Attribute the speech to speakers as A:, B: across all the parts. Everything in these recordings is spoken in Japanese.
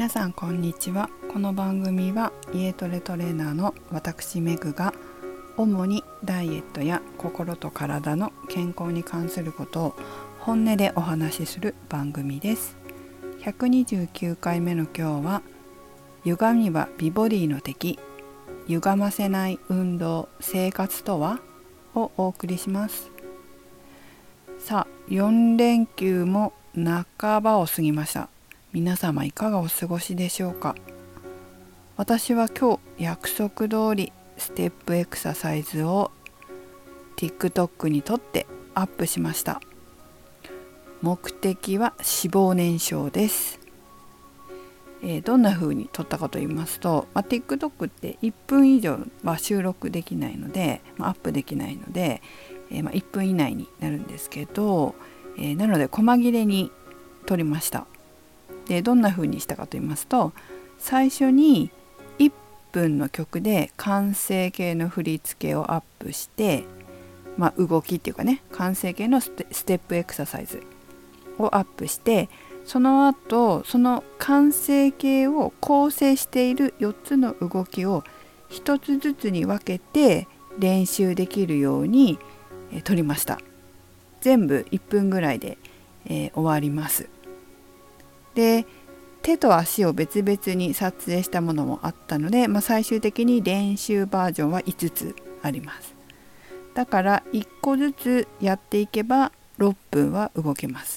A: 皆さんこんにちは。この番組は家トレトレーナーの私メグが主にダイエットや心と体の健康に関することを本音でお話しする番組です。129回目の今日は歪みは美ボディの敵、歪ませない運動生活とはをお送りします。さあ、4連休も半ばを過ぎました。皆様いかがお過ごしでしょうか。私は今日約束通りステップエクササイズを TikTok に撮ってアップしました。目的は脂肪燃焼です。どんな風に撮ったかと言いますと、TikTok って1分以上は収録できないので、アップできないので、1分以内になるんですけど、なので細切れに撮りました。でどんな風にしたかと言いますと、最初に1分の曲で完成形の振り付けをアップして、動きっていうかね、完成形のステップエクササイズをアップして、その後その完成形を構成している4つの動きを1つずつに分けて練習できるように撮りました。全部1分ぐらいで、終わります。で手と足を別々に撮影したものもあったので、最終的に練習バージョンは5つあります。だから1個ずつやっていけば6分は動けます。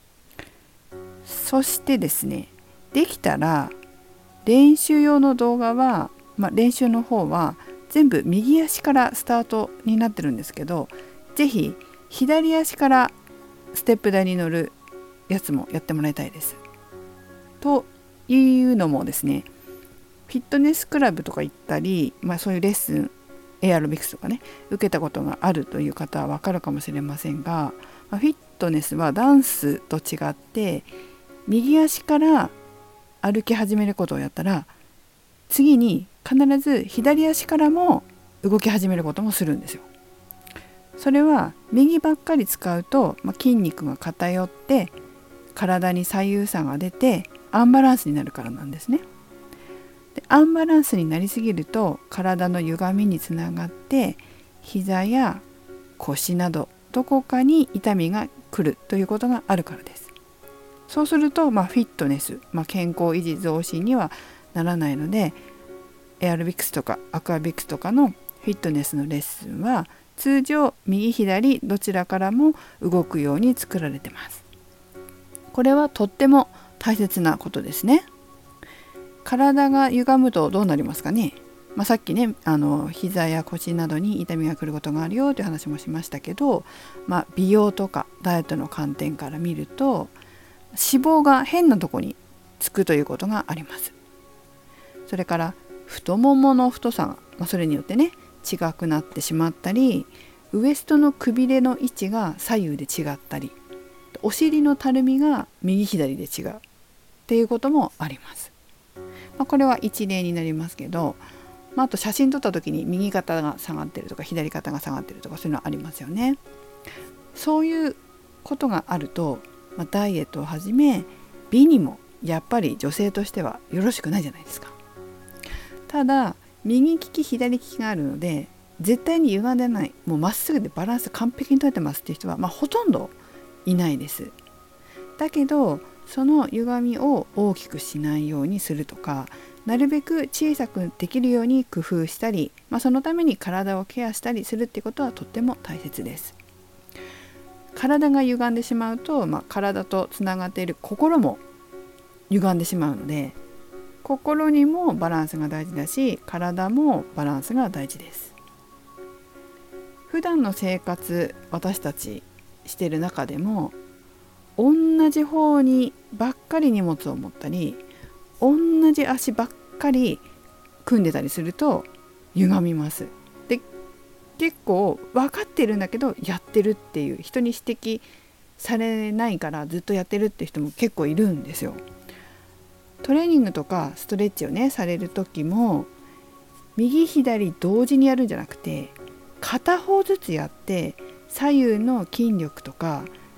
A: そしてですね、できたら練習用の動画は、練習の方は全部右足からスタートになってるんですけど、ぜひ左足からステップ台に乗るやつもやってもらいたいです。というのもですね、フィットネスクラブとか行ったり、そういうレッスン、エアロビクスとかね、受けたことがあるという方は分かるかもしれませんが、フィットネスはダンスと違って右足から歩き始めることをやったら、次に必ず左足からも動き始めることもするんですよ。それは右ばっかり使うと、筋肉が偏って体に左右差が出てアンバランスになるからなんですね。でアンバランスになりすぎると体の歪みにつながって膝や腰などどこかに痛みが来るということがあるからです。そうすると、フィットネス、健康維持増進にはならないので、エアロビクスとかアクアビクスとかのフィットネスのレッスンは通常右左どちらからも動くように作られてます。これはとっても大切なことですね。体が歪むとどうなりますかね。さっきね、膝や腰などに痛みが来ることがあるよという話もしましたけど、美容とかダイエットの観点から見ると脂肪が変なとこにつくということがあります。それから太ももの太さが、それによってね違くなってしまったり、ウエストのくびれの位置が左右で違ったり、お尻のたるみが右左で違うっていうこともあります。これは一例になりますけど、あと写真撮った時に右肩が下がってるとか左肩が下がってるとか、そういうのありますよね。そういうことがあると、ダイエットをはじめ美にもやっぱり女性としてはよろしくないじゃないですか。ただ右利き左利きがあるので絶対に歪んでない、もうまっすぐでバランス完璧にとれてますっていう人は、ほとんどいないです。だけどその歪みを大きくしないようにするとか、なるべく小さくできるように工夫したり、そのために体をケアしたりするっていうことはとっても大切です。体が歪んでしまうと、体とつながっている心も歪んでしまうので、心にもバランスが大事だし、体もバランスが大事です。普段の生活、私たちしている中でも同じ方にばっかり荷物を持ったり、同じ足ばっかり組んでたりすると歪みます。で結構分かってるんだけどやってるっていう、人に指摘されないからずっとやってるって人も結構いるんですよ。トレーニングとかストレッチをねされる時も、右左同時にやるんじゃなくて片方ずつやって、左右の筋力とか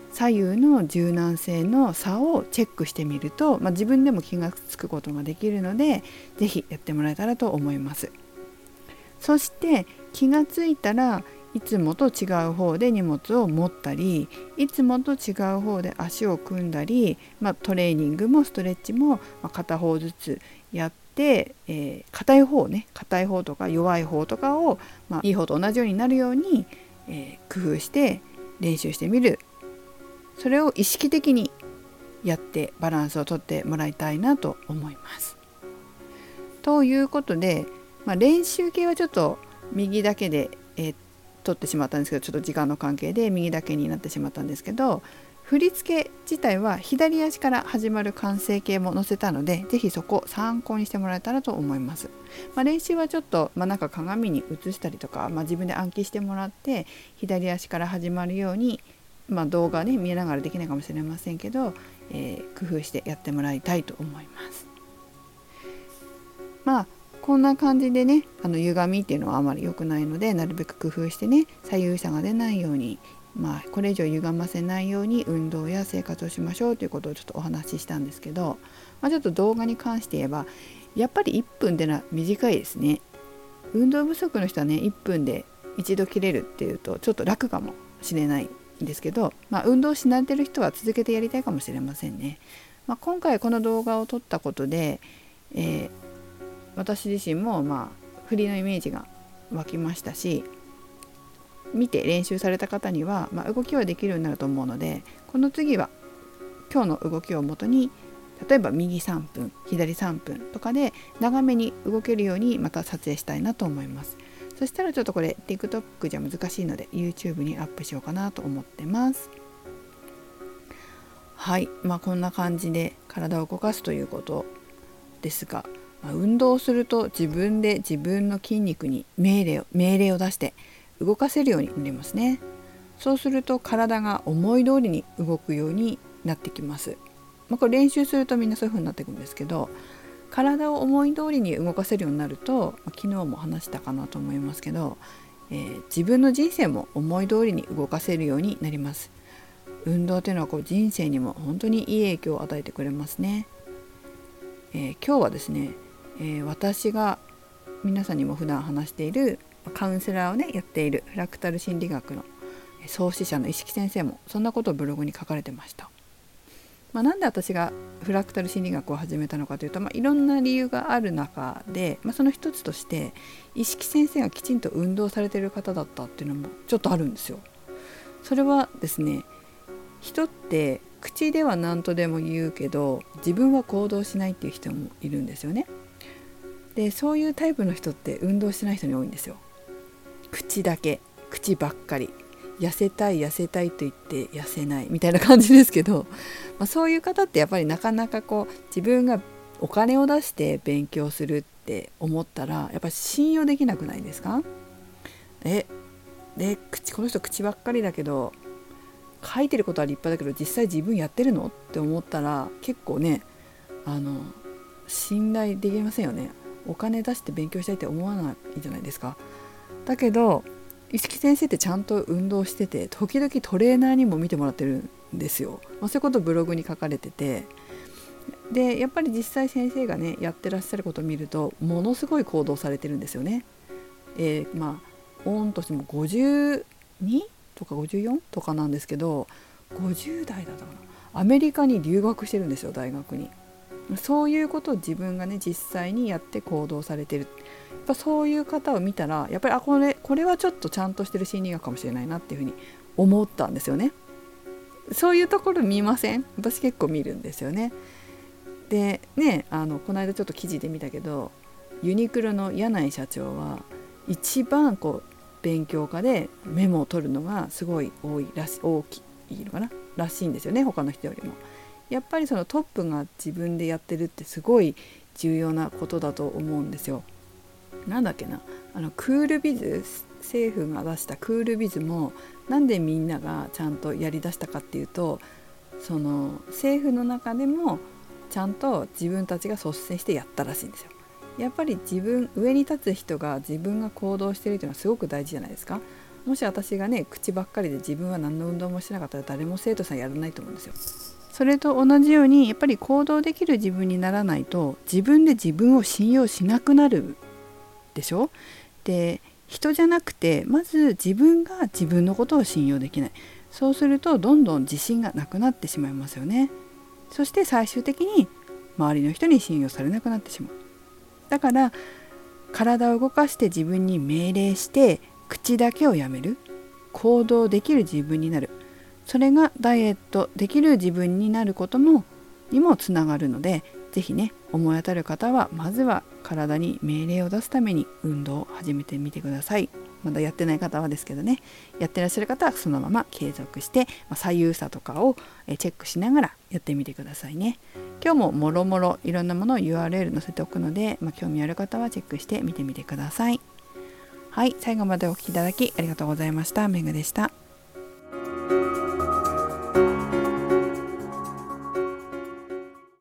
A: 左右の柔軟性の差をチェックしてみると、自分でも気がつくことができるので、ぜひやってもらえたらと思います。そして気がついたら、いつもと違う方で荷物を持ったり、いつもと違う方で足を組んだり、トレーニングもストレッチも片方ずつやって、硬い方とか弱い方とかを、いい方と同じようになるように、工夫して練習してみる。それを意識的にやってバランスをとってもらいたいなと思います。ということで、練習系はちょっと右だけで、取ってしまったんですけど、ちょっと時間の関係で右だけになってしまったんですけど、振り付け自体は左足から始まる完成形も載せたので、ぜひそこ参考にしてもらえたらと思います。練習はちょっと、なんか鏡に映したりとか、自分で暗記してもらって左足から始まるように、動画ね見ながらできないかもしれませんけど、工夫してやってもらいたいと思います。こんな感じでね、歪みっていうのはあまり良くないので、なるべく工夫してね、左右差が出ないように、これ以上歪ませないように運動や生活をしましょうということをちょっとお話ししたんですけど、ちょっと動画に関して言えばやっぱり1分では短いですね。運動不足の人はね、1分で一度切れるっていうとちょっと楽かもしれないんですけど、運動し慣れてる人は続けてやりたいかもしれませんね。今回この動画を撮ったことで、私自身も振りのイメージが湧きましたし、見て練習された方には、動きはできるようになると思うので、この次は今日の動きをもとに、例えば右3分左3分とかで長めに動けるようにまた撮影したいなと思います。そしたらちょっとこれ TikTok じゃ難しいので YouTube にアップしようかなと思ってます。はい、こんな感じで体を動かすということですが、運動すると自分で自分の筋肉に命令を出して動かせるようになりますね。そうすると体が思い通りに動くようになってきます。これ練習するとみんなそういう風になっていくんですけど、体を思い通りに動かせるようになると、昨日も話したかなと思いますけど、自分の人生も思い通りに動かせるようになります。運動というのは人生にも本当にいい影響を与えてくれますね。今日はですね、私が皆さんにも普段話しているカウンセラーをねやっているフラクタル心理学の創始者の石木先生もそんなことをブログに書かれてました。なんで私がフラクタル心理学を始めたのかというと、いろんな理由がある中で、その一つとして石木先生がきちんと運動されている方だったっていうのもちょっとあるんですよ。それはですね、人って口では何とでも言うけど自分は行動しないっていう人もいるんですよね。でそういうタイプの人って運動してない人に多いんですよ。口ばっかり、痩せたいと言って痩せないみたいな感じですけど、そういう方ってやっぱりなかなか自分がお金を出して勉強するって思ったらやっぱり信用できなくないですか？この人口ばっかりだけど書いてることは立派だけど実際自分やってるのって思ったら結構ね、信頼できませんよね。お金出して勉強したいって思わないじゃないですか。だけど石木先生ってちゃんと運動してて、時々トレーナーにも見てもらってるんですよ。そういうことをブログに書かれてて、でやっぱり実際先生がねやってらっしゃることを見るとものすごい行動されてるんですよね。御年も52とか54とかなんですけど、50代だったかな、アメリカに留学してるんですよ、大学に。そういうことを自分がね実際にやって行動されてる。やっぱそういう方を見たらやっぱりこれはちょっとちゃんとしてる心理学かもしれないなっていうふうに思ったんですよね。そういうところ見ません？私結構見るんですよね。でね、この間ちょっと記事で見たけど、ユニクロの柳井社長は一番勉強家でメモを取るのがすごい大きいのかならしいんですよね、他の人よりも。やっぱりそのトップが自分でやってるってすごい重要なことだと思うんですよ。なんだっけな、クールビズ、政府が出したクールビズもなんでみんながちゃんとやりだしたかっていうと、その政府の中でもちゃんと自分たちが率先してやったらしいんですよ。やっぱり上に立つ人が自分が行動しているというのはすごく大事じゃないですか。 もし私がね口ばっかりで自分は何の運動もしてなかったら誰も生徒さんやらないと思うんですよ。それと同じようにやっぱり行動できる自分にならないと自分で自分を信用しなくなるでしょ。で、人じゃなくてまず自分が自分のことを信用できない。そうするとどんどん自信がなくなってしまいますよね。そして最終的に周りの人に信用されなくなってしまう。だから体を動かして自分に命令して口だけをやめる、行動できる自分になる、それがダイエットできる自分になることにもつながるので、ぜひね思い当たる方はまずは体に命令を出すために運動を始めてみてください。まだやってない方はですけどね、やってらっしゃる方はそのまま継続して、左右差とかをチェックしながらやってみてくださいね。今日ももろもろいろんなものを URL 載せておくので、興味ある方はチェックして見てみてください。はい、最後までお聞きいただきありがとうございました。めぐでした。